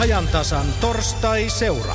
ajantasan torstai-seura.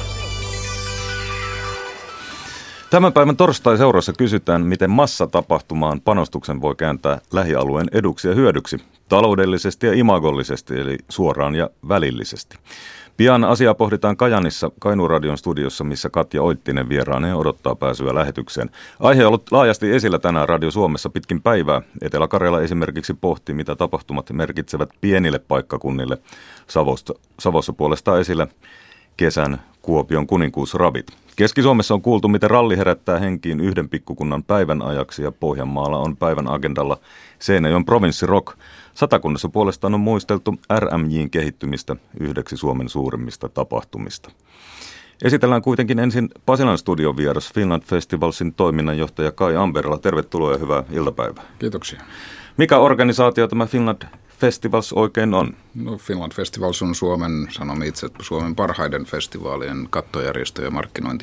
Tämän päivän torstai-seurassa kysytään, miten massatapahtumaan panostuksen voi kääntää lähialueen eduksi ja hyödyksi, taloudellisesti ja imagollisesti, eli suoraan ja välillisesti. Pian asiaa pohditaan Kajaanissa Kainuun radion studiossa, missä Katja Oittinen vieraaneen odottaa pääsyä lähetykseen. Aihe on ollut laajasti esillä tänään Radio Suomessa pitkin päivää. Etelä-Karjala esimerkiksi pohti, mitä tapahtumat merkitsevät pienille paikkakunnille. Savossa puolestaan esillä kesän Kuopion kuninkuusravit. Keski-Suomessa on kuultu, miten ralli herättää henkiin yhden pikkukunnan päivän ajaksi, ja Pohjanmaalla on päivän agendalla Seinäjoen provinssirock. Satakunnassa puolestaan on muisteltu RMJ:n kehittymistä yhdeksi Suomen suurimmista tapahtumista. Esitellään kuitenkin ensin Pasilan studion vieras Finland Festivalsin toiminnanjohtaja Kai Amberla. Tervetuloa ja hyvää iltapäivää. Kiitoksia. Mikä organisaatio tämä Finland Festivals oikein on? No, Finland Festivals on sanon itse, Suomen parhaiden festivaalien kattojärjestö ja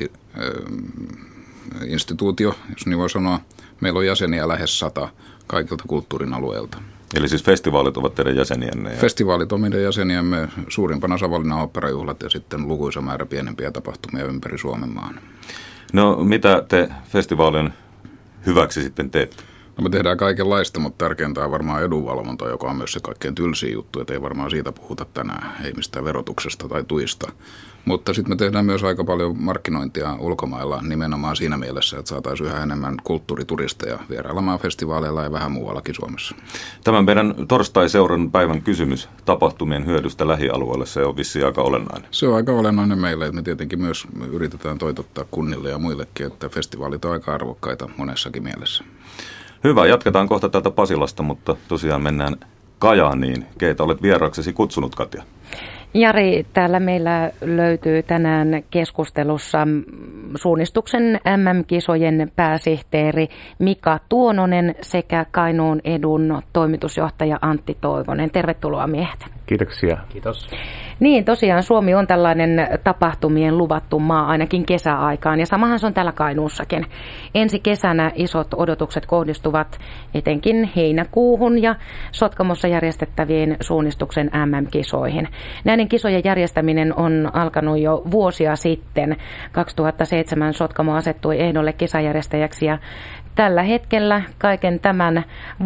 markkinointiinstituutio, jos niin voi sanoa. Meillä on jäseniä lähes 100 kaikilta kulttuurin alueelta. Eli siis festivaalit ovat teidän jäseniänne? Festivaalit on meidän jäseniämme, suurimpana Savonlinnan oopperajuhlat ja sitten lukuisa määrä pienempiä tapahtumia ympäri Suomen maan. No, mitä te festivaalin hyväksi sitten teette? No, me tehdään kaikenlaista, mutta tärkeintä on varmaan edunvalvonta, joka on myös se kaikkein tylsin juttu, että ei varmaan siitä puhuta tänään, ei mistään verotuksesta tai tuista. Mutta sitten me tehdään myös aika paljon markkinointia ulkomailla nimenomaan siinä mielessä, että saataisiin yhä enemmän kulttuurituristeja vierailemaan festivaaleilla ja vähän muuallakin Suomessa. Tämän meidän torstai-seuran päivän kysymys tapahtumien hyödystä lähialueelle, se on vissiin aika olennainen. Se on aika olennainen meille, että me tietenkin myös yritetään toitottaa kunnille ja muillekin, että festivaalit on aika arvokkaita monessakin mielessä. Hyvä, jatketaan kohta täältä Pasilasta, mutta tosiaan mennään Kajaaniin. Keitä olet vieraaksesi kutsunut, Katja? Jari, täällä meillä löytyy tänään keskustelussa suunnistuksen MM-kisojen pääsihteeri Mika Tuononen sekä Kainuun edun toimitusjohtaja Antti Toivonen. Tervetuloa miehet. Kiitoksia. Kiitos. Niin, tosiaan Suomi on tällainen tapahtumien luvattu maa ainakin kesäaikaan, ja samahan se on täällä Kainuussakin. Ensi kesänä isot odotukset kohdistuvat etenkin heinäkuuhun ja Sotkamossa järjestettäviin suunnistuksen MM-kisoihin. Näiden kisojen järjestäminen on alkanut jo vuosia sitten. 2007 Sotkamo asettui ehdolle kisajärjestäjäksi, ja tällä hetkellä kaiken tämän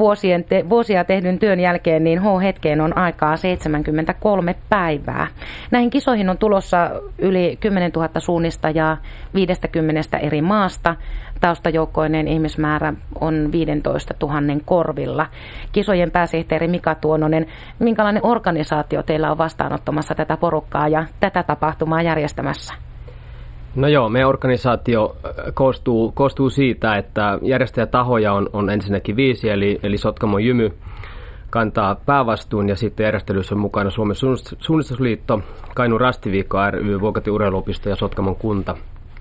vuosia tehdyn työn jälkeen niin H-hetkeen on aikaa 73 päivää. Näihin kisoihin on tulossa yli 10 000 suunnistajaa 50 eri maasta. Taustajoukkoinen ihmismäärä on 15 000 korvilla. Kisojen pääsihteeri Mika Tuononen, minkälainen organisaatio teillä on vastaanottamassa tätä porukkaa ja tätä tapahtumaa järjestämässä? No joo, meidän organisaatio koostuu siitä, että järjestäjätahoja on ensinnäkin 5, eli Sotkamon Jymy kantaa päävastuun, ja sitten järjestelyssä on mukana Suomen suunnistusliitto, Kainuun Rastiviikko ry, Vuokatin urheiluopisto ja Sotkamon kunta.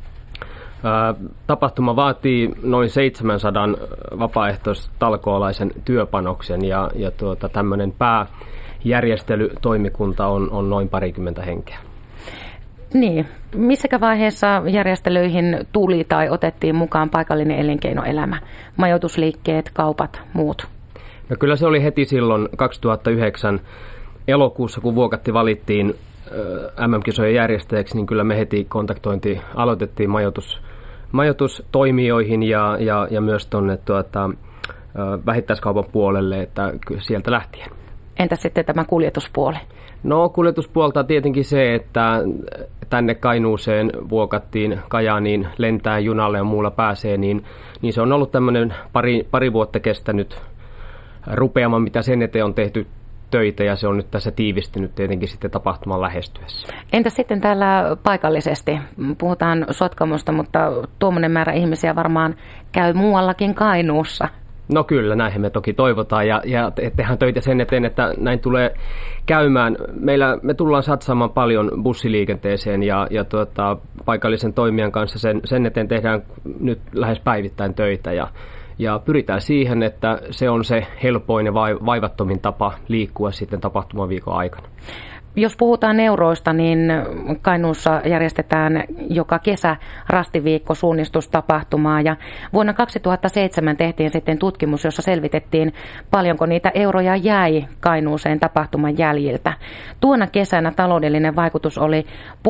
Tapahtuma vaatii noin 700 vapaaehtoistalkoolaisen työpanoksen, ja tämmöinen pääjärjestelytoimikunta on noin 20 henkeä. Niin, missäkä vaiheessa järjestelyihin tuli tai otettiin mukaan paikallinen elinkeinoelämä, majoitusliikkeet, kaupat, muut? No kyllä se oli heti silloin 2009 elokuussa, kun Vuokatti valittiin MM-kisojen järjestäjäksi, niin kyllä me heti kontaktointi aloitettiin majoitustoimijoihin ja myös tuonne vähittäiskaupan puolelle, että sieltä lähtien. Entäs sitten tämä kuljetuspuoli? No, kuljetuspuolta tietenkin se, että tänne Kainuuseen, Vuokattiin, Kajaaniin lentää junalle ja muulla pääsee, niin se on ollut tämmöinen pari vuotta kestänyt rupeama, mitä sen eteen on tehty töitä, ja se on nyt tässä tiivistynyt tietenkin sitten tapahtuman lähestyessä. Entä sitten täällä paikallisesti? Puhutaan Sotkamosta, mutta tuommoinen määrä ihmisiä varmaan käy muuallakin Kainuussa. No kyllä, näinhän me toki toivotaan, ja tehdään töitä sen eteen, että näin tulee käymään. Me tullaan satsaamaan paljon bussiliikenteeseen, ja paikallisen toimijan kanssa sen eteen tehdään nyt lähes päivittäin töitä, ja pyritään siihen, että se on se helpoin ja vaivattomin tapa liikkua sitten tapahtumaviikon aikana. Jos puhutaan euroista, niin Kainuussa järjestetään joka kesä Rastiviikko suunnistustapahtumaa ja vuonna 2007 tehtiin sitten tutkimus, jossa selvitettiin paljonko niitä euroja jäi Kainuuseen tapahtuman jäljiltä. Tuona kesänä taloudellinen vaikutus oli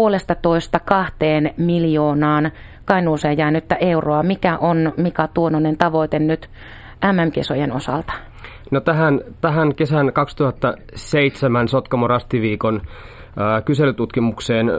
1,5–2 miljoonaan Kainuuseen jäänyttä euroa. Mikä on Mika Tuononen tavoite nyt MM-kisojen osalta? No tähän kesän 2007 Sotkamo Rastiviikon kyselytutkimukseen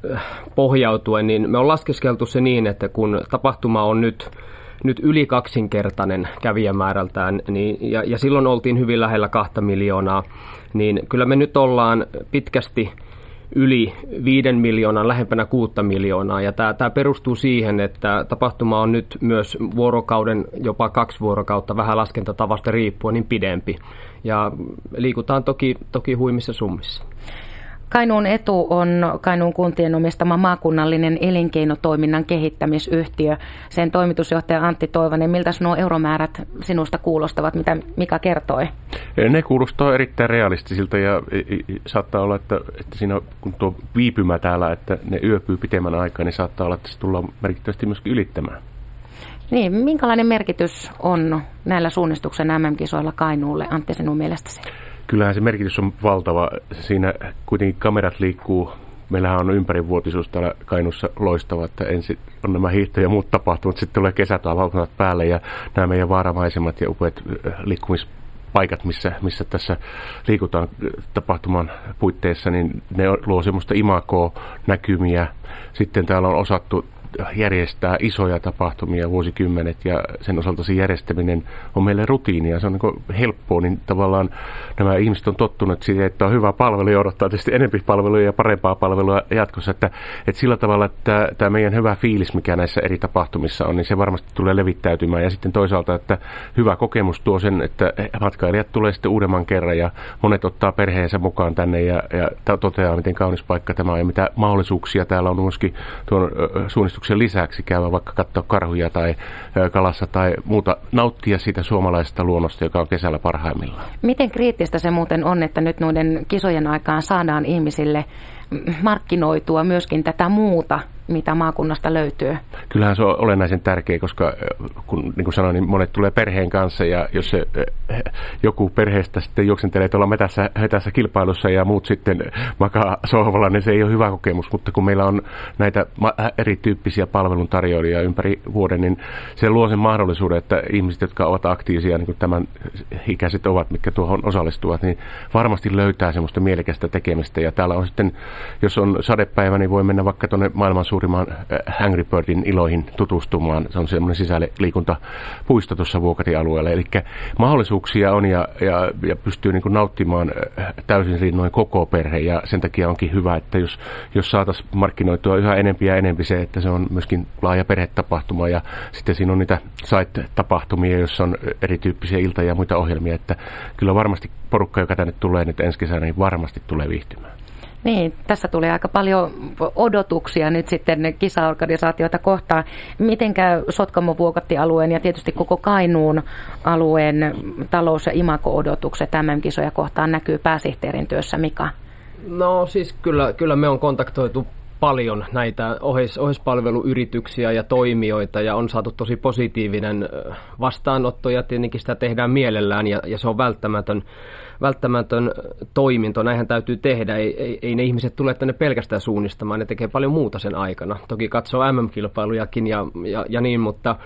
pohjautuen, niin me on laskeskeltu se niin, että kun tapahtuma on nyt yli 2-kertainen kävijämäärältään, niin, ja silloin oltiin hyvin lähellä 2 miljoonaa, niin kyllä me nyt ollaan pitkästi yli 5 miljoonaa, lähempänä 6 miljoonaa. Ja tämä perustuu siihen, että tapahtuma on nyt myös vuorokauden, jopa 2 vuorokautta, vähän laskentatavasta riippuen, niin pidempi. Ja liikutaan toki huimissa summissa. Kainuun Etu on Kainuun kuntien omistama maakunnallinen elinkeinotoiminnan kehittämisyhtiö. Sen toimitusjohtaja Antti Toivonen, miltä nuo euromäärät sinusta kuulostavat, mitä Mika kertoi? Ne kuulostaa erittäin realistisilta ja saattaa olla, että siinä kun tuo viipymä täällä, että ne yöpyy pitemmän aikaa, niin saattaa olla, että se tullaan merkittävästi myöskin ylittämään. Niin, minkälainen merkitys on näillä suunnistuksen MM-kisoilla Kainuulle, Antti, sinun mielestäsi? Kyllähän se merkitys on valtava. Siinä kuitenkin kamerat liikkuu. Meillähän on ympärivuotisuus täällä Kainuussa loistava, että ensin on nämä hiihto- ja muut tapahtumat, sitten tulee kesätapahtumat päälle ja nämä meidän vaaramaisemat ja upeat liikkumispaikat, missä tässä liikutaan tapahtuman puitteissa, niin ne luo semmoista imagoa, näkymiä. Sitten täällä on osattu järjestää isoja tapahtumia vuosikymmenet ja sen osalta se järjestäminen on meille rutiinia, se on niin helppoa, niin tavallaan nämä ihmiset on tottuneet siihen, että on hyvä palvelu ja odottaa tietysti enemmän palveluja ja parempaa palvelua jatkossa, että sillä tavalla, että tämä meidän hyvä fiilis, mikä näissä eri tapahtumissa on, niin se varmasti tulee levittäytymään ja sitten toisaalta, että hyvä kokemus tuo sen, että matkailijat tulee sitten uudemman kerran ja monet ottaa perheensä mukaan tänne ja toteaa, miten kaunis paikka tämä on ja mitä mahdollisuuksia täällä on myöskin tuon suunnistuksen lisäksi käydä vaikka katsoa karhuja tai kalassa tai muuta, nauttia siitä suomalaisesta luonnosta, joka on kesällä parhaimmillaan. Miten kriittistä se muuten on, että nyt noiden kisojen aikaan saadaan ihmisille markkinoitua myöskin tätä muuta, mitä maakunnasta löytyy? Kyllähän se on olennaisen tärkeä, koska niin kuin sanoin, niin monet tulee perheen kanssa ja jos se, joku perheestä sitten juoksentelee tuolla metässä kilpailussa ja muut sitten makaa sohvalla, niin se ei ole hyvä kokemus, mutta kun meillä on näitä erityyppisiä palveluntarjoajia ympäri vuoden, niin se luo sen mahdollisuuden, että ihmiset, jotka ovat aktiivisia, niin kuin tämän ikäiset ovat, mitkä tuohon osallistuvat, niin varmasti löytää semmoista mielekästä tekemistä ja täällä on sitten, jos on sadepäivä, niin voi mennä vaikka tuonne maailman suurimman Angry Birdin iloihin tutustumaan. Se on semmoinen sisäliikuntapuisto tuossa Vuokati-alueella. Eli mahdollisuuksia on ja pystyy niin kuin nauttimaan täysin rinnoin koko perhe. Ja sen takia onkin hyvä, että jos saataisiin markkinoitua yhä enempi ja enempi se, että se on myöskin laaja perhetapahtuma. Ja sitten siinä on niitä site-tapahtumia, joissa on erityyppisiä ilta- ja muita ohjelmia. Että kyllä varmasti porukka, joka tänne tulee nyt ensi kesänä, niin varmasti tulee viihtymään. Niin, tässä tulee aika paljon odotuksia nyt sitten kisaorganisaatioita kohtaan. Miten käy Sotkamo-Vuokatti-alueen ja tietysti koko Kainuun alueen talous- ja imago-odotukset MM-kisoja kohtaan näkyy pääsihteerin työssä, Mika? No siis kyllä me on kontaktoitu paljon näitä oheispalveluyrityksiä ja toimijoita ja on saatu tosi positiivinen vastaanotto ja tietenkin sitä tehdään mielellään ja se on välttämätön toiminto, näinhän täytyy tehdä. Ei ne ihmiset tule tänne pelkästään suunnistamaan, ne tekee paljon muuta sen aikana. Toki katsoo MM-kilpailujakin ja niin, mutta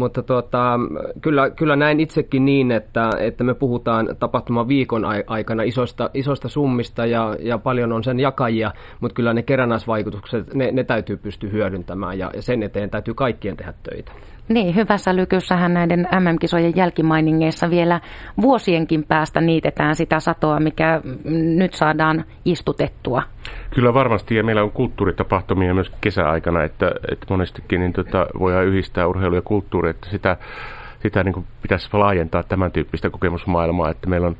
kyllä näin itsekin niin, että me puhutaan tapahtuman viikon aikana isoista summista ja paljon on sen jakajia, mutta kyllä ne kerrannaisvaikutukset, ne täytyy pystyä hyödyntämään ja sen eteen täytyy kaikkien tehdä töitä. Niin, hyvässä lykyssähän näiden MM-kisojen jälkimainingeissa vielä vuosienkin päästä niitetään sitä satoa, mikä nyt saadaan istutettua. Kyllä varmasti, ja meillä on kulttuuritapahtumia myös kesäaikana, että monestikin niin voidaan yhdistää urheilu ja kulttuuri, että sitä niin kuin pitäisi laajentaa tämän tyyppistä kokemusmaailmaa, että meillä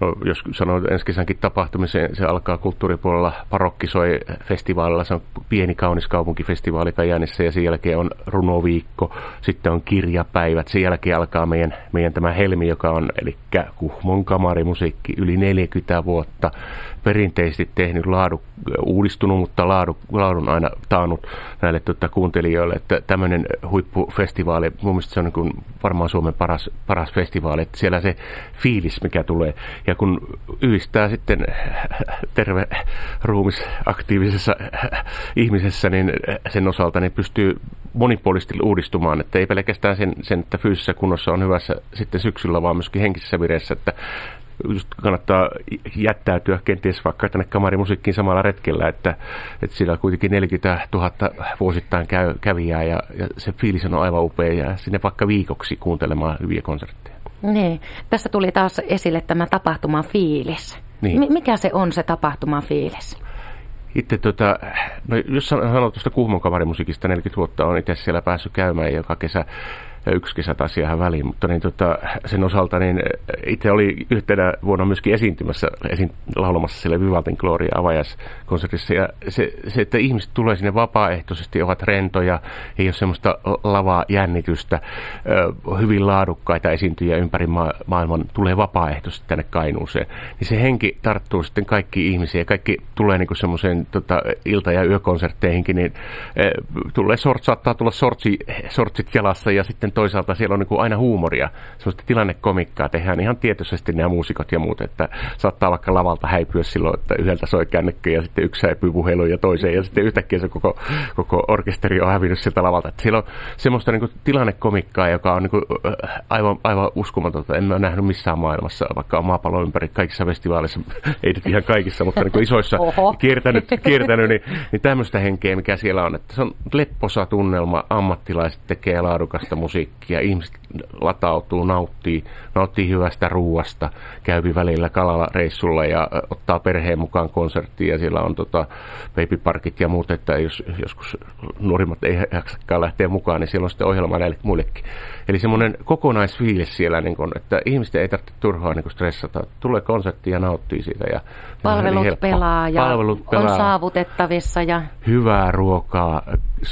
No, jos sanoo ensi kesänkin tapahtumiseen, se alkaa kulttuuripuolella Parokkisoi-festivaalilla. Se on pieni kaunis kaupunkifestivaali Kajaanissa ja sen jälkeen on runoviikko, sitten on kirjapäivät. Sen jälkeen alkaa meidän tämä Helmi, joka on eli Kuhmon kamarimusiikki yli 40 vuotta. Perinteisesti tehnyt uudistunut, mutta laadun aina taannut näille kuuntelijoille, että tämmöinen huippufestivaali, mun mielestä se on niin kuin varmaan Suomen paras festivaali, että siellä se fiilis, mikä tulee, ja kun yhdistää sitten terve ruumis aktiivisessa ihmisessä, niin sen osalta niin pystyy monipuolisesti uudistumaan, että ei pelkästään sen että fyysisessä kunnossa on hyvässä sitten syksyllä, vaan myöskin henkisessä vireessä, että just kannattaa jättäytyä kenties vaikka tänne kamarimusiikkiin samalla retkellä, että siellä kuitenkin 40 000 vuosittain kävijää ja se fiilis on aivan upea ja sinne vaikka viikoksi kuuntelemaan hyviä konsertteja. Niin. Tässä tuli taas esille tämä tapahtuman fiilis. Niin. Mikä se on se tapahtuman fiilis? Itse no jos sanoo tuosta Kuhmon kamarimusiikista 40 vuotta, on itse siellä päässyt käymään joka kesä. Ja yksi kesä taas siihen väliin, mutta niin sen osalta niin itse oli yhtenä vuonna myöskin esiintymässä, laulamassa siellä Vivaltin Gloria avajaiskonsertissa. Ja se, että ihmiset tulee sinne vapaaehtoisesti, ovat rentoja, ei ole semmoista lavaa jännitystä, hyvin laadukkaita esiintyjiä ympäri maailman tulee vapaaehtoisesti tänne Kainuuseen. Niin se henki tarttuu sitten kaikki ihmisiä ja kaikki tulee niin kuin semmoiseen ilta- ja yökonsertteihinkin, niin saattaa tulla sortsit jalassa ja sitten toisaalta siellä on niin kuin aina huumoria, semmoista tilannekomikkaa tehdään ihan tietoisesti nämä muusikot ja muut, että saattaa vaikka lavalta häipyä silloin, että yhdeltä soi kännykkä ja sitten yksi häipyy puheluun ja toiseen ja sitten yhtäkkiä se koko orkesteri on hävinnyt siltä lavalta. Että siellä on semmoista niin kuin tilannekomikkaa, joka on niin kuin aivan uskomatonta. En ole nähnyt missään maailmassa, vaikka on maapallon ympäri kaikissa festivaaleissa, ei nyt ihan kaikissa, mutta niin kuin isoissa kiertänyt niin tämmöistä henkeä, mikä siellä on. Että se on lepposa tunnelma, ammattilaiset tekee laadukasta musiikkia. Ihmiset latautuu, nauttii hyvästä ruuasta, käypi välillä kalalla reissulla ja ottaa perheen mukaan konserttiin ja siellä on babyparkit ja muut, että jos joskus nuorimmat ei jaksakaan lähteä mukaan, niin siellä on sitten ohjelma näille muillekin. Eli semmoinen kokonaisfiilis siellä, niin kun, että ihmisten ei tarvitse turhaa niin stressata. Tulee konsertti ja nauttii siitä. Ja Palvelut pelaa ja on saavutettavissa. Ja hyvää ruokaa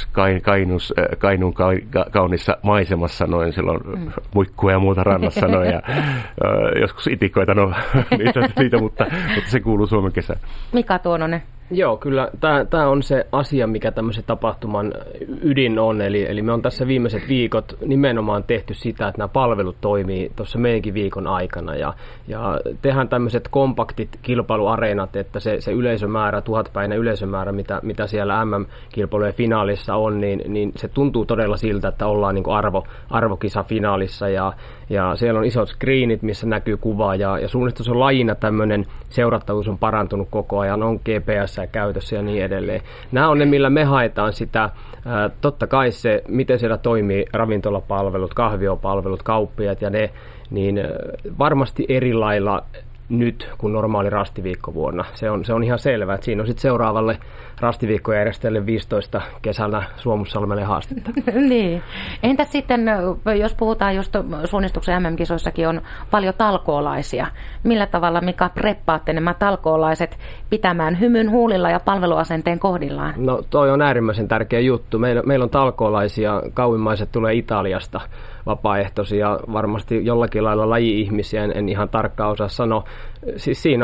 Kainuun kaunissa maisemassa noin, silloin muikkua ja muuta rannassa noin ja joskus itikoita, niitä mutta se kuuluu Suomen kesään. Mika Tuononen. Joo, kyllä tämä on se asia, mikä tämmöisen tapahtuman ydin on. Eli me on tässä viimeiset viikot nimenomaan tehty sitä, että nämä palvelut toimii tuossa meidänkin viikon aikana. Ja tehdään tämmöiset kompaktit kilpailuareenat, että se yleisömäärä, 1000-päinen yleisömäärä, mitä siellä MM-kilpailujen finaalissa on, niin se tuntuu todella siltä, että ollaan niin kuin arvokisafinaalissa. Ja siellä on isot screenit, missä näkyy kuva ja suunnistus on lajina tämmöinen seurattavuus on parantunut koko ajan, on GPS käytössä ja niin edelleen. Nämä on ne, millä me haetaan sitä. Totta kai se, miten siellä toimii ravintolapalvelut, kahviopalvelut, kauppiaat ja ne, niin varmasti eri lailla nyt kuin normaali rastiviikkovuonna. Se on ihan selvää, että siinä on sitten seuraavalle rastiviikkojärjestäjälle 15 kesällä Suomussalmelle haastetta. Niin. Entäs sitten, jos puhutaan just suunnistuksen MM-kisoissakin on paljon talkoolaisia. Millä tavalla, Mika, preppaatte nämä talkoolaiset pitämään hymyn huulilla ja palveluasenteen kohdillaan? No toi on äärimmäisen tärkeä juttu. Meillä on talkoolaisia, kauimmaiset tulee Italiasta vapaaehtoisia, varmasti jollakin lailla laji-ihmisiä, en ihan tarkkaan osaa sanoa. Siis siinä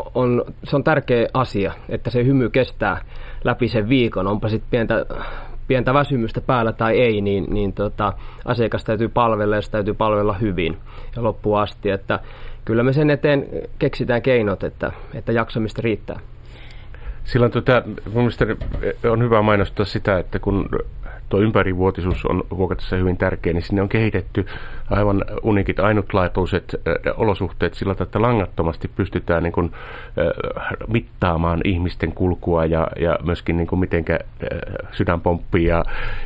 se on tärkeä asia, että se hymy kestää läpi sen viikon, onpa sitten pientä väsymystä päällä tai ei, niin asiakas täytyy palvella ja se täytyy palvella hyvin ja loppuun asti, että kyllä me sen eteen keksitään keinot, että jaksamista riittää. Silloin mun mielestä on hyvä mainostaa sitä, että kun tuo ympärivuotisuus on vuokatessa hyvin tärkeä, niin sinne on kehitetty aivan unikit, ainutlaatuiset olosuhteet sillä tavalla, että langattomasti pystytään niin kuin mittaamaan ihmisten kulkua ja myöskin niin kuin mitenkä sydän pomppii ja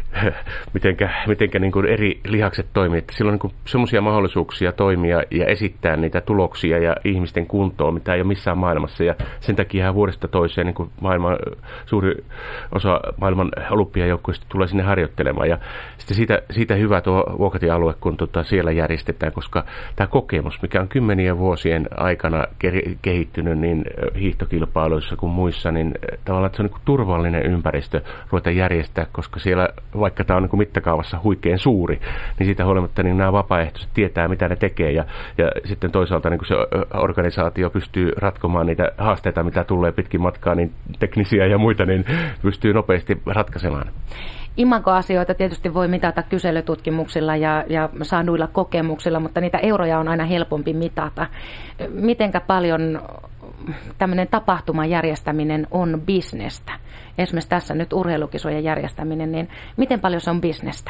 mitenkä niin kuin eri lihakset toimii. Että sillä on niin semmoisia mahdollisuuksia toimia ja esittää niitä tuloksia ja ihmisten kuntoa, mitä ei ole missään maailmassa. Ja sen takia vuodesta toiseen niin kuin suuri osa maailman olympiajoukkueista tulee sinne harjoittelemaan. Ja sitten siitä hyvä tuo Vuokatti-alue, kun siellä järjestetään, koska tämä kokemus, mikä on 10 vuosien aikana kehittynyt niin hiihtokilpailuissa kuin muissa, niin tavallaan että se on niin turvallinen ympäristö ruveta järjestää, koska siellä, vaikka tämä on niin mittakaavassa huikein suuri, niin siitä huolimatta niin nämä vapaaehtoiset tietää, mitä ne tekee, ja sitten toisaalta niin se organisaatio pystyy ratkomaan niitä haasteita, mitä tulee pitkin matkaa, niin teknisiä ja muita, niin pystyy nopeasti ratkaisemaan. Imagoasioita tietysti voi mitata kyselytutkimuksilla ja saaduilla kokemuksilla, mutta niitä euroja on aina helpompi mitata. Mitenkä paljon tämmöinen tapahtuman järjestäminen on bisnestä? Esimerkiksi tässä nyt urheilukisojen järjestäminen, niin miten paljon se on bisnestä?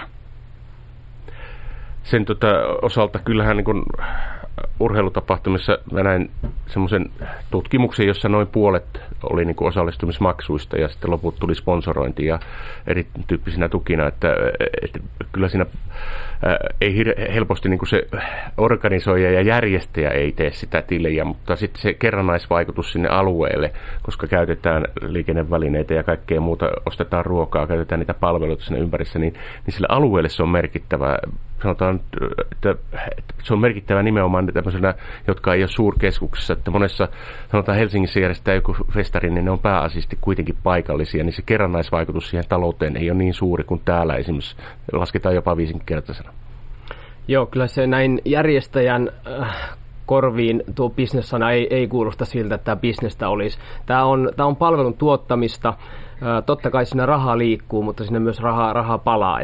Sen osalta kyllähän niin kuin urheilutapahtumissa mä näin semmoisen tutkimuksen, jossa noin puolet oli niin kuin osallistumismaksuista ja sitten loput tuli sponsorointi ja erityyppisinä tukina, että kyllä siinä ei helposti niin kuin se organisoija ja järjestäjä ei tee sitä tilejä, mutta sitten se kerrannaisvaikutus sinne alueelle, koska käytetään liikennevälineitä ja kaikkea muuta, ostetaan ruokaa, käytetään niitä palveluita sinne ympärissä, niin sillä alueelle se on merkittävä. Sanotaan, että se on merkittävä nimenomaan tämmöisenä, jotka ei ole suurkeskuksissa, että monessa, sanotaan Helsingissä järjestää joku festari, niin ne on pääasiallisesti kuitenkin paikallisia, niin se kerrannaisvaikutus siihen talouteen ei ole niin suuri kuin täällä esimerkiksi, lasketaan jopa 5-kertaisena. Joo, kyllä se näin järjestäjän korviin tuo bisnessana ei kuulosta siltä, että tämä bisnestä olisi. Tämä on palvelun tuottamista. Totta kai siinä rahaa liikkuu, mutta siinä myös rahaa palaa.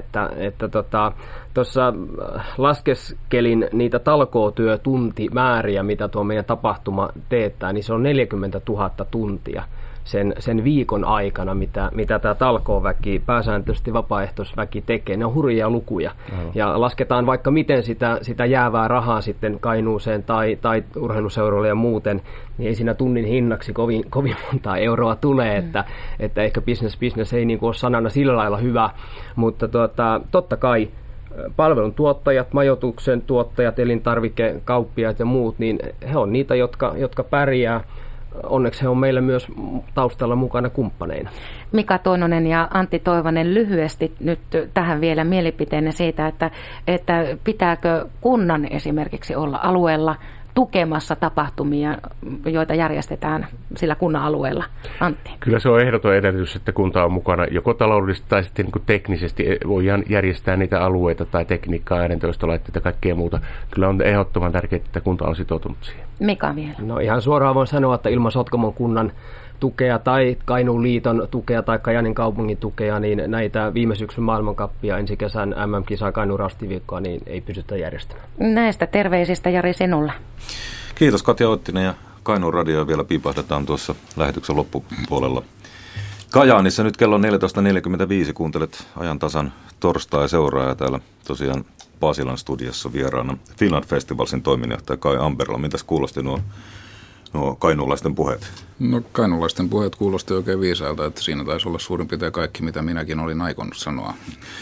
Tuossa laskeskelin niitä talkootyötuntimääriä, mitä tuo meidän tapahtuma teettää, niin se on 40 000 tuntia sen viikon aikana, mitä tämä talkooväki, pääsääntöisesti vapaaehtoisväki tekee. Ne on hurjia lukuja. Ja lasketaan vaikka miten sitä jäävää rahaa sitten Kainuuseen tai urheiluseuroille ja muuten, niin ei siinä tunnin hinnaksi kovin montaa euroa tule, että ehkä business ei niin kuin ole sanana sillä lailla hyvä, mutta totta kai palvelun tuottajat, majoituksen tuottajat, elintarvikekauppiaat ja muut, niin he on niitä, jotka pärjää. Onneksi he on meillä myös taustalla mukana kumppaneina. Mika Toivonen ja Antti Toivonen, lyhyesti nyt tähän vielä mielipiteenne siitä, että pitääkö kunnan esimerkiksi olla alueella tukemassa tapahtumia, joita järjestetään sillä kunnan alueella. Antti. Kyllä se on ehdoton edellytys, että kunta on mukana joko taloudellisesti tai sitten niin kuin teknisesti voidaan järjestää niitä alueita tai tekniikkaa, äänentoistolaitteita ja kaikkea muuta. Kyllä on ehdottoman tärkeää, että kunta on sitoutunut siihen. Mika vielä. No ihan suoraan voin sanoa, että ilman Sotkamon kunnan tukea tai Kainuun liiton tukea tai Kajaanin kaupungin tukea, niin näitä viime syksyn maailmankappia, ensi kesän MM-kisaa Kainuun Rastiviikkoa, niin ei pystytä järjestämään. Näistä terveisistä Jari sinulle. Kiitos Katja Ottinen ja Kainuun radio vielä piipahdetaan tuossa lähetyksen loppupuolella. Kajaanissa nyt kello 14.45 kuuntelet ajan tasan torstai-seuraa ja täällä tosiaan Pasilan studiossa vieraana Finland Festivalsin toiminnanjohtaja Kai Amberla. Mitäs kuulosti nuo kainuulaisten puheet? No kainuulaisten puheet kuulosti oikein viisailta, että siinä taisi olla suurin piirtein kaikki, mitä minäkin olin aikonut sanoa.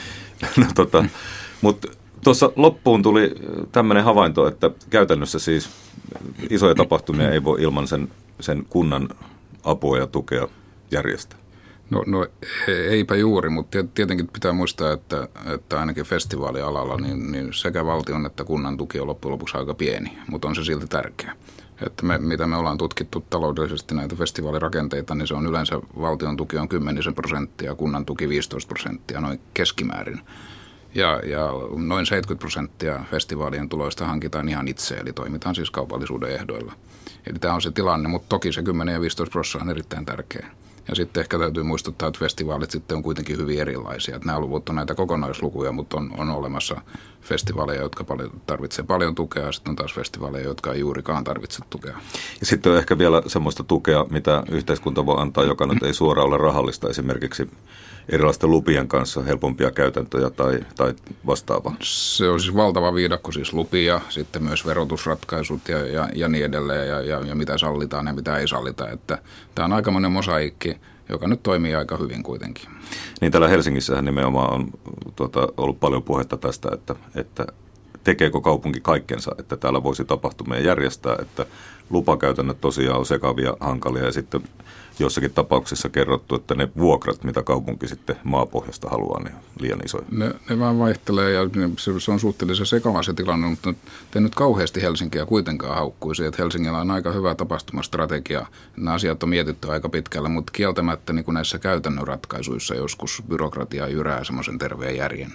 Mutta tuossa loppuun tuli tämmöinen havainto, että käytännössä siis isoja tapahtumia ei voi ilman sen kunnan apua ja tukea järjestää. No eipä juuri, mutta tietenkin pitää muistaa, että ainakin festivaalialalla niin sekä valtion että kunnan tuki on loppujen lopuksi aika pieni, mutta on se silti tärkeä. Että mitä me ollaan tutkittu taloudellisesti näitä festivaalirakenteita, niin se on yleensä valtion tuki on 10%, kunnan tuki 15%, noin keskimäärin. Ja noin 70% festivaalien tuloista hankitaan ihan itse, eli toimitaan siis kaupallisuuden ehdoilla. Eli tämä on se tilanne, mutta toki se 10 ja 15% on erittäin tärkeä. Ja sitten ehkä täytyy muistuttaa, että festivaalit sitten on kuitenkin hyvin erilaisia. Että nämä luvut on näitä kokonaislukuja, mutta on olemassa festivaaleja, jotka tarvitsee paljon tukea, ja sitten on taas festivaaleja, jotka ei juurikaan tarvitse tukea. Ja sitten on ehkä vielä semmoista tukea, mitä yhteiskunta voi antaa, joka nyt ei suoraan ole rahallista, esimerkiksi erilaisten lupien kanssa helpompia käytäntöjä tai vastaavaa. Se on siis valtava viidakko, siis lupia, sitten myös verotusratkaisut ja niin edelleen, ja mitä sallitaan ja mitä ei sallita. Että tämä on aikamoinen mosaikki, joka nyt toimii aika hyvin kuitenkin. Niin täällä Helsingissähän nimenomaan on ollut paljon puhetta tästä, että tekeekö kaupunki kaikkensa, että täällä voisi tapahtumia järjestää, että lupakäytännöt tosiaan on sekavia, hankalia ja sitten jossakin tapauksessa kerrottu, että ne vuokrat, mitä kaupunki sitten maapohjasta haluaa, niin liian isoja. Ne vaan vaihtelee ja se on suhteellisen sekava se tilanne, mutta te nyt kauheasti Helsinkiä kuitenkaan haukkuisi, että Helsingillä on aika hyvä tapahtumastrategia. Nämä asiat on mietitty aika pitkällä, mutta kieltämättä niin kuin näissä käytännön ratkaisuissa joskus byrokratia jyrää semmoisen terveen järjen.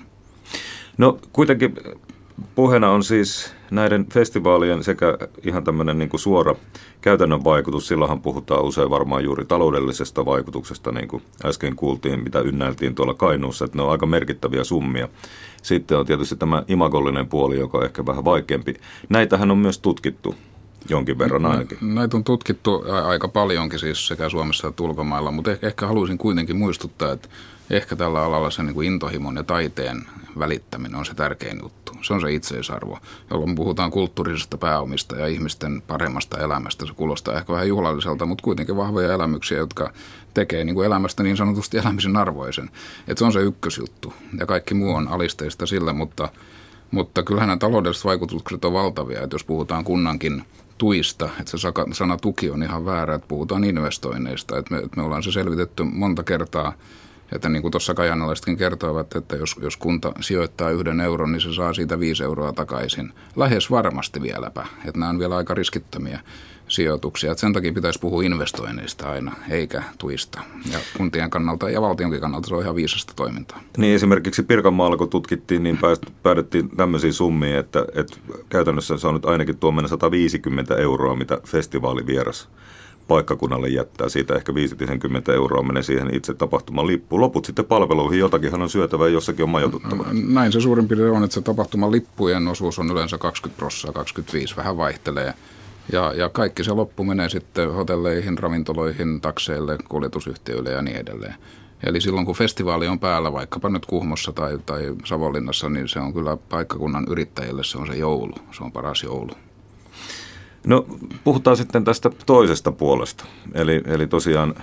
No kuitenkin puheena on siis näiden festivaalien sekä ihan tämmöinen niin kuin suora käytännön vaikutus. Silloinhan puhutaan usein varmaan juuri taloudellisesta vaikutuksesta, niin kuin äsken kuultiin, mitä ynnäiltiin tuolla Kainuussa, että ne on aika merkittäviä summia. Sitten on tietysti tämä imagollinen puoli, joka on ehkä vähän vaikeampi. Näitähän on myös tutkittu jonkin verran ainakin. Näitä on tutkittu aika paljonkin siis sekä Suomessa että ulkomailla, mutta ehkä haluaisin kuitenkin muistuttaa, että ehkä tällä alalla se niin kuin intohimon ja taiteen välittäminen on se tärkein juttu. Se on se itseisarvo, jolloin puhutaan kulttuurisesta pääomista ja ihmisten paremmasta elämästä. Se kuulostaa ehkä vähän juhlalliselta, mutta kuitenkin vahvoja elämyksiä, jotka tekee niin kuin elämästä niin sanotusti elämisen arvoisen. Että se on se ykkösjuttu ja kaikki muu on alisteista sille, mutta kyllähän nämä taloudelliset vaikutukset on valtavia. Että jos puhutaan kunnankin tuista, että se sana tuki on ihan väärä, että puhutaan investoinneista. Että me ollaan se selvitetty monta kertaa. Että niin kuin tuossa kajanalaisetkin kertoivat, että jos kunta sijoittaa 1 euron, niin se saa siitä 5 euroa takaisin. Lähes varmasti vieläpä. Että nämä on vielä aika riskittömiä sijoituksia. Että sen takia pitäisi puhua investoinneista aina, eikä tuista. Ja kuntien kannalta ja valtionkin kannalta se on ihan viisasta toimintaa. Niin esimerkiksi Pirkanmaalla, kun tutkittiin, niin päädyttiin tämmöisiin summiin, että käytännössä se on nyt ainakin tuommoinen 150 euroa, mitä festivaalivieras paikkakunnalle jättää. Siitä ehkä 50 euroa menee siihen itse tapahtuman lippuun. Loput sitten palveluihin, jotakinhan on syötävä ja jossakin on majoituttava. Näin se suurin piirtein on, että se tapahtuman lippujen osuus on yleensä 20%, 25%, vähän vaihtelee. Ja kaikki se loppu menee sitten hotelleihin, ravintoloihin, takseille, kuljetusyhtiöille ja niin edelleen. Eli silloin kun festivaali on päällä, vaikkapa nyt Kuhmossa tai Savonlinnassa, niin se on kyllä paikkakunnan yrittäjille se on se joulu. Se on paras joulu. No puhutaan sitten tästä toisesta puolesta. Eli tosiaan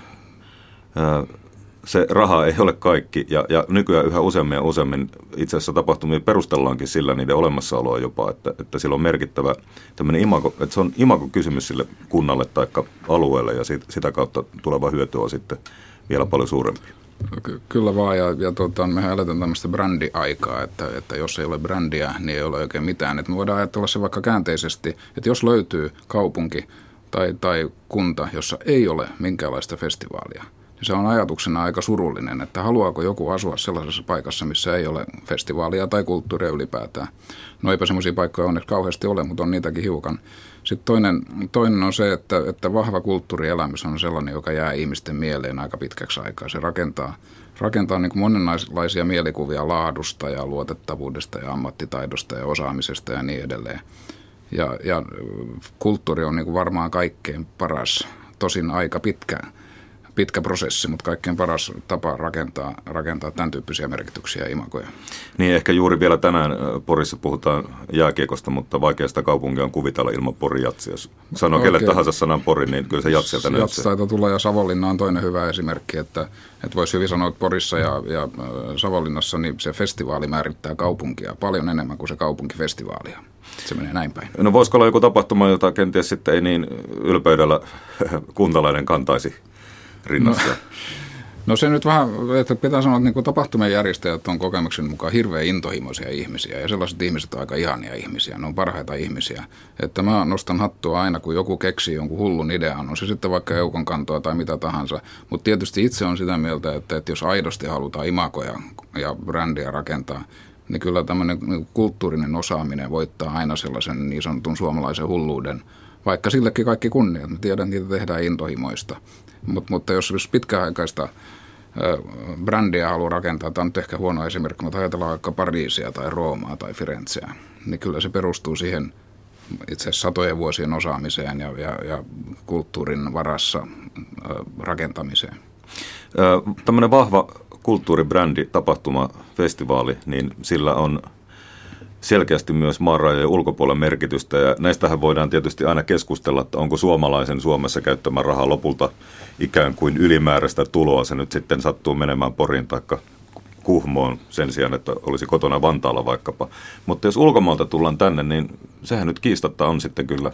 se raha ei ole kaikki ja nykyään yhä useammin ja useammin itse asiassa tapahtumia perustellaankin sillä niiden olemassaoloa jopa, että sillä on merkittävä tämmöinen imago, että se on imago-kysymys sille kunnalle tai alueelle ja sitä kautta tuleva hyöty on sitten vielä paljon suurempi. Kyllä vaan, ja mehän eletään tämmöistä brändiaikaa, että jos ei ole brändiä, niin ei ole oikein mitään. Että me voidaan ajatella se vaikka käänteisesti, että jos löytyy kaupunki tai kunta, jossa ei ole minkäänlaista festivaalia, niin se on ajatuksena aika surullinen, että haluaako joku asua sellaisessa paikassa, missä ei ole festivaalia tai kulttuuria ylipäätään. No eipä semmoisia paikkoja onneksi kauheasti ole, mutta on niitäkin hiukan. Sitten toinen on se, että vahva kulttuurielämys on sellainen, joka jää ihmisten mieleen aika pitkäksi aikaa. Se rakentaa niin kuin monenlaisia mielikuvia laadusta ja luotettavuudesta ja ammattitaidosta ja osaamisesta ja niin edelleen. Ja kulttuuri on niin kuin varmaan kaikkein paras, tosin aika pitkä prosessi, mutta kaikkein paras tapa rakentaa tämän tyyppisiä merkityksiä ja imagoja. Niin ehkä juuri vielä tänään Porissa puhutaan jääkiekosta, mutta vaikeasta kaupunkia on kuvitella ilman Porin jatsia. Jos sanoo kelle tahansa sanan Pori, niin kyllä se jatsilta näyttää. Jats taitaa tulla ja Savonlinna on toinen hyvä esimerkki, että voisi hyvin sanoa, että Porissa ja Savonlinnassa niin se festivaali määrittää kaupunkia paljon enemmän kuin se kaupunkifestivaalia. Se menee näin päin. No voisiko olla joku tapahtuma, jota kenties sitten ei niin ylpeydellä kuntalainen kantaisi rinnassa? No se nyt vähän, että pitää sanoa, että niin tapahtumien järjestäjät on kokemuksen mukaan hirveän intohimoisia ihmisiä ja sellaiset ihmiset on aika ihania ihmisiä, ne on parhaita ihmisiä. Että mä nostan hattua aina, kun joku keksii jonkun hullun idean, on se sitten vaikka eukon kantoa tai mitä tahansa. Mutta tietysti itse on sitä mieltä, että jos aidosti halutaan imagoja ja brändiä rakentaa, niin kyllä tämmöinen kulttuurinen osaaminen voittaa aina sellaisen niin sanotun suomalaisen hulluuden, vaikka sillekin kaikki kunniat. Mä tiedän, että niitä tehdään intohimoista. Mutta jos pitkäaikaista brändiä haluaa rakentaa, tämä on nyt ehkä huono esimerkki, mutta ajatellaan vaikka Pariisia tai Roomaa tai Firenzeä, niin kyllä se perustuu siihen itse asiassa satojen vuosien osaamiseen ja kulttuurin varassa rakentamiseen. Tämmöinen vahva kulttuuribrändi, tapahtuma, festivaali, niin sillä on selkeästi myös maanrajojen ulkopuolella merkitystä, ja näistähän voidaan tietysti aina keskustella, että onko suomalaisen Suomessa käyttämä raha lopulta ikään kuin ylimääräistä tuloa, se nyt sitten sattuu menemään Poriin tai Kuhmoon sen sijaan, että olisi kotona Vantaalla vaikkapa. Mutta jos ulkomaalta tullaan tänne, niin sehän nyt kiistatta on sitten kyllä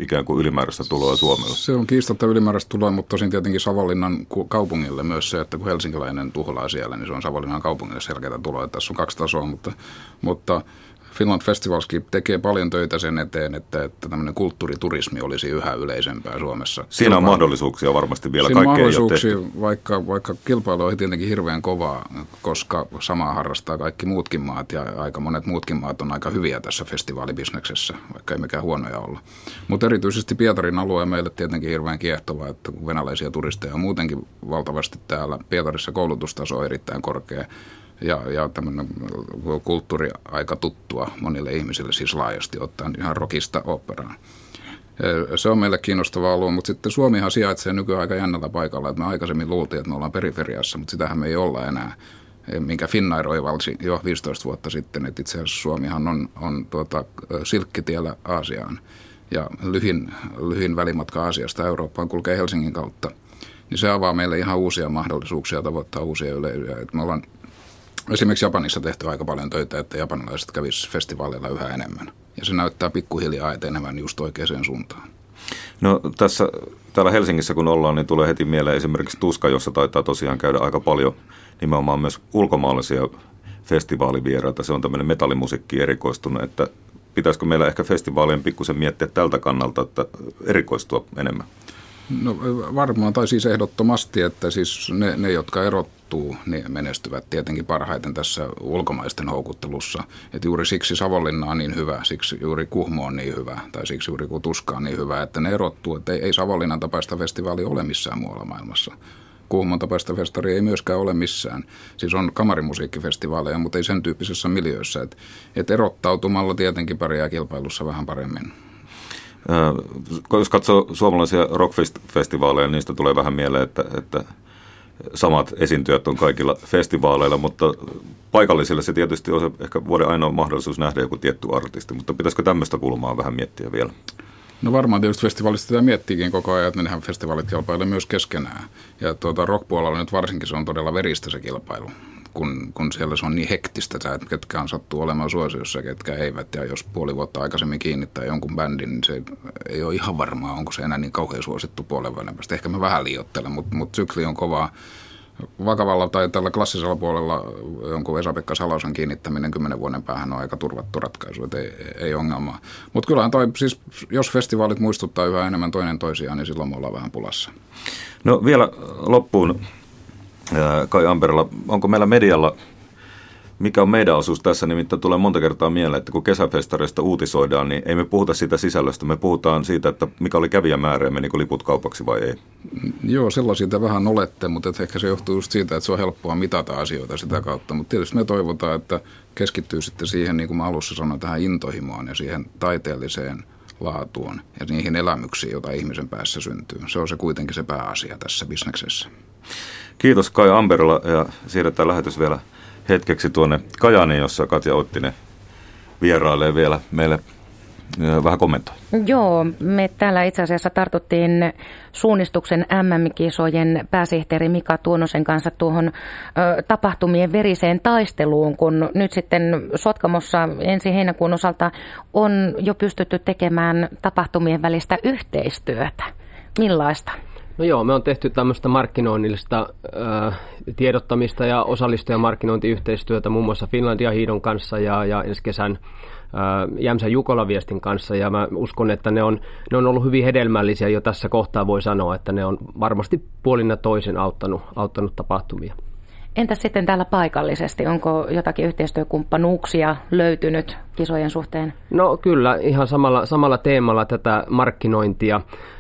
ikään kuin ylimääräistä tuloa Suomelle? Se on kiistatta ylimääräistä tuloa, mutta tosin tietenkin Savonlinnan kaupungille myös se, että kun helsinkiläinen tuhlaa siellä, niin se on Savonlinnan kaupungille selkeää tuloa. Tässä on 2 tasoa, mutta Finland Festivalskin tekee paljon töitä sen eteen, että tämmöinen kulttuuriturismi olisi yhä yleisempää Suomessa. Siinä on mahdollisuuksia varmasti vielä, siinä kaikkea ei ole tehty. Vaikka kilpailu on tietenkin hirveän kovaa, koska samaa harrastaa kaikki muutkin maat ja aika monet muutkin maat on aika hyviä tässä festivaalibisneksessä, vaikka ei mikään huonoja olla. Mutta erityisesti Pietarin alue on meille tietenkin hirveän kiehtova, että kun venäläisiä turisteja on muutenkin valtavasti täällä, Pietarissa koulutustaso on erittäin korkea. Ja tämmöinen kulttuuri aika tuttua monille ihmisille, siis laajasti ottaen ihan rockista oopperaan. Se on meille kiinnostava alue, mutta sitten Suomihan sijaitsee nykyään aika jännällä paikalla. Että me aikaisemmin luultiin, että me ollaan periferiassa, mutta sitähän me ei olla enää, minkä Finnair oivalsi jo 15 vuotta sitten. Että itse asiassa Suomihan on silkkitiellä Aasiaan ja lyhin välimatka Aasiasta Eurooppaan kulkee Helsingin kautta. Niin se avaa meille ihan uusia mahdollisuuksia tavoittaa uusia yleisöjä. Että me ollaan esimerkiksi Japanissa tehty aika paljon töitä, että japanilaiset kävisivät festivaaleilla yhä enemmän. Ja se näyttää pikkuhiljaa etenevän just oikeaan suuntaan. No täällä Helsingissä kun ollaan, niin tulee heti mieleen esimerkiksi Tuska, jossa taitaa tosiaan käydä aika paljon nimenomaan myös ulkomaalaisia festivaalivieraita. Se on tämmöinen metallimusiikki erikoistunut, että pitäisikö meillä ehkä festivaalien pikkusen miettiä tältä kannalta, että erikoistua enemmän? No varmaan, tai siis ehdottomasti, että siis ne jotka erottuu, niin menestyvät tietenkin parhaiten tässä ulkomaisten houkuttelussa. Että juuri siksi Savonlinna on niin hyvä, siksi juuri Kuhmo on niin hyvä, tai siksi juuri Tuska on niin hyvä, että ne erottuu. Että ei Savonlinnan tapaista festivaalia ole missään muualla maailmassa. Kuhmon tapaista festaria ei myöskään ole missään. Siis on kamarimusiikkifestivaaleja, mutta ei sen tyyppisessä miljöössä. Että erottautumalla tietenkin pärjää kilpailussa vähän paremmin. Jos katsoo suomalaisia rockfestivaaleja, niistä tulee vähän mieleen, että samat esiintyjät on kaikilla festivaaleilla, mutta paikallisille se tietysti on se ehkä vuoden ainoa mahdollisuus nähdä joku tietty artisti, mutta pitäisikö tämmöistä kulmaa vähän miettiä vielä? No varmaan tietysti festivaalista sitä miettiikin koko ajan, että nehän festivaalit kilpailevat myös keskenään. Ja rock-puolella nyt varsinkin se on todella veristä se kilpailu. Kun siellä se on niin hektistä, että ketkä on sattuu olemaan suosiossa ja ketkä eivät. Ja jos puoli vuotta aikaisemmin kiinnittää jonkun bändin, niin se ei ole ihan varmaa, onko se enää niin kauhean suosittu puolen vuoden päästä. Ehkä mä vähän liioittelen, mutta sykli on kovaa. Vakavalla tai tällä klassisella puolella jonkun Esa-Pekka Salosen kiinnittäminen 10 vuoden päähän on aika turvattu ratkaisu, että ei ongelmaa. Mutta kyllähän siis, jos festivaalit muistuttaa yhä enemmän toinen toisiaan, niin silloin me ollaan vähän pulassa. No vielä loppuun. Kai Amberla, onko meillä medialla, mikä on meidän osuus tässä, nimittäin tulee monta kertaa mieleen, että kun kesäfestareista uutisoidaan, niin ei me puhuta siitä sisällöstä, me puhutaan siitä, että mikä oli kävijämäärä ja menikö liput kaupaksi vai ei. Joo, sellaisia te vähän olette, mutta ehkä se johtuu just siitä, että se on helppoa mitata asioita sitä kautta, mutta tietysti me toivotaan, että keskittyy sitten siihen, niin kuin mä alussa sanoin, tähän intohimoon ja siihen taiteelliseen laatuun ja niihin elämyksiin, joita ihmisen päässä syntyy. Se on se kuitenkin se pääasia tässä bisneksessä. Kiitos Kai Amberla ja siirretään lähetys vielä hetkeksi tuonne Kajaaniin, jossa Katja Ottinen vierailee vielä meille vähän kommentoi. Joo, me täällä itse asiassa tartuttiin suunnistuksen MM-kisojen pääsihteeri Mika Tuonosen kanssa tuohon tapahtumien veriseen taisteluun, kun nyt sitten Sotkamossa ensi heinäkuun osalta on jo pystytty tekemään tapahtumien välistä yhteistyötä. Millaista? No joo, me on tehty tämmöistä markkinoinnillista tiedottamista ja osallistujamarkkinointiyhteistyötä muun muassa Finlandia Hiidon kanssa ja ensi kesän Jämsän Jukola-viestin kanssa, ja mä uskon, että ne on ollut hyvin hedelmällisiä jo tässä kohtaa, voi sanoa, että ne on varmasti puolin ja toisin auttanut tapahtumia. Entäs sitten täällä paikallisesti? Onko jotakin yhteistyökumppanuuksia löytynyt kisojen suhteen? No kyllä, ihan samalla teemalla tätä markkinointia,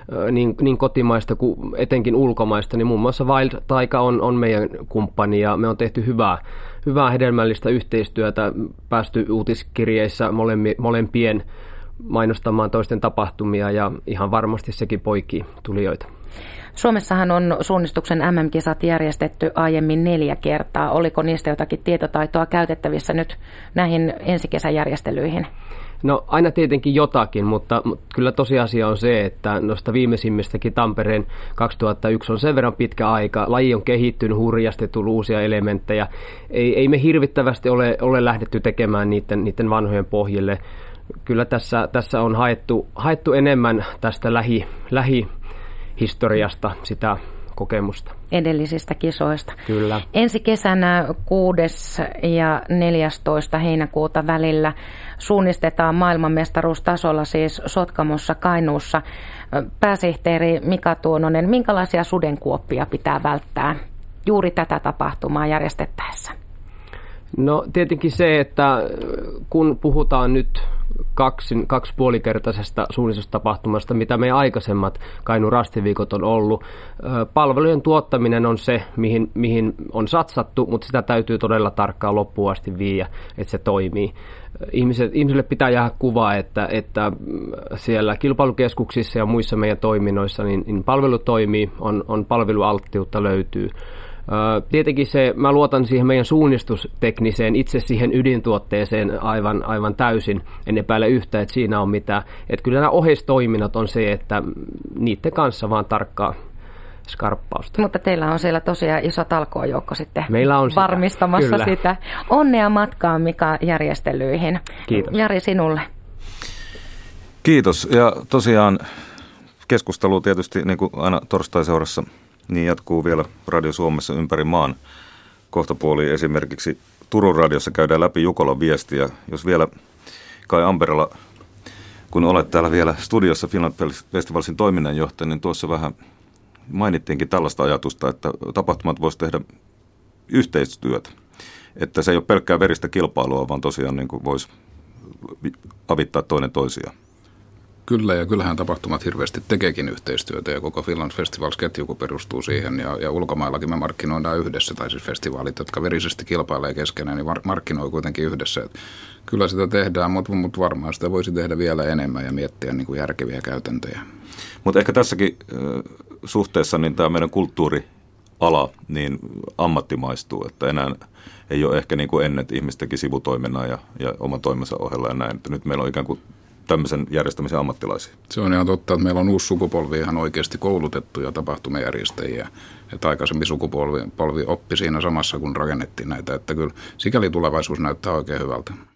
niin kotimaista kuin etenkin ulkomaista, niin muun muassa Wild Taika on meidän kumppani, ja me on tehty hyvää hedelmällistä yhteistyötä, päästy uutiskirjeissä molempien mainostamaan toisten tapahtumia, ja ihan varmasti sekin poikii tulijoita. Suomessahan on suunnistuksen MM-kisat järjestetty aiemmin 4 kertaa. Oliko niistä jotakin tietotaitoa käytettävissä nyt näihin ensikesäjärjestelyihin? No aina tietenkin jotakin, mutta kyllä tosiasia on se, että noista viimeisimmistäkin Tampereen 2001 on sen verran pitkä aika. Laji on kehittynyt hurjasti, tullut uusia elementtejä. Ei me hirvittävästi ole lähdetty tekemään niiden vanhojen pohjille. kyllä tässä on haettu enemmän tästä lähihistoriasta sitä kokemusta. Edellisistä kisoista. Kyllä. Ensi kesänä 6. ja 14. heinäkuuta välillä suunnistetaan maailmanmestaruustasolla siis Sotkamossa Kainuussa. Pääsihteeri Mika Tuononen, minkälaisia sudenkuoppia pitää välttää juuri tätä tapahtumaa järjestettäessä? No tietenkin se, että kun puhutaan nyt kaksipuolikertaisesta suunnitustapahtumasta, mitä meidän aikaisemmat Kainuun Rastiviikot on ollut. Palvelujen tuottaminen on se, mihin on satsattu, mutta sitä täytyy todella tarkkaan loppuun asti viiä, että se toimii. Ihmisille pitää jäädä kuva, että siellä kilpailukeskuksissa ja muissa meidän toiminnoissa niin palvelu toimii, on palvelualttiutta löytyy. Tietenkin mä luotan siihen meidän suunnistustekniseen, itse siihen ydintuotteeseen aivan täysin, en epäile yhtä, että siinä on mitään. Että kyllä nämä oheistoiminnot on se, että niiden kanssa vaan tarkkaa skarppausta. Mutta teillä on siellä tosiaan iso talkoojoukko sitten meillä on varmistamassa sitä. Onnea matkaan Mika järjestelyihin. Kiitos. Jari, sinulle. Kiitos. Ja tosiaan keskustelu tietysti niin kuin aina torstaiseurassa niin jatkuu vielä Radio Suomessa ympäri maan. Kohtapuoliin esimerkiksi Turun radiossa käydään läpi Jukolan viestiä. Jos vielä Kai Amberala, kun olet täällä vielä studiossa Finland Festivalsin toiminnanjohtaja, niin tuossa vähän mainittiinkin tällaista ajatusta, että tapahtumat voisi tehdä yhteistyötä. Että se ei ole pelkkää veristä kilpailua, vaan tosiaan niin kuin voisi avittaa toinen toisiaan. Kyllä, ja kyllähän tapahtumat hirveästi tekeekin yhteistyötä, ja koko Finland Festivals-ketju perustuu siihen, ja ulkomaillakin me markkinoidaan yhdessä, tai siis festivaalit, jotka verisesti kilpailee keskenään, niin markkinoi kuitenkin yhdessä. Et kyllä sitä tehdään, mutta varmaan sitä voisi tehdä vielä enemmän ja miettiä niin kuin järkeviä käytäntöjä. Mutta ehkä tässäkin suhteessa niin tämä meidän kulttuuriala niin ammattimaistuu, että enää ei ole ehkä niin kuin ennen, että ihmiset teki sivutoiminnan ja oman toimensa ohella ja näin, että nyt meillä on ikään kuin tämmöisen järjestämisen ammattilaisia. Se on ihan totta, että meillä on uusi sukupolvi ihan oikeasti koulutettuja tapahtumajärjestäjiä. Että aikaisempi sukupolvi oppi siinä samassa, kun rakennettiin näitä. Että kyllä sikäli tulevaisuus näyttää oikein hyvältä.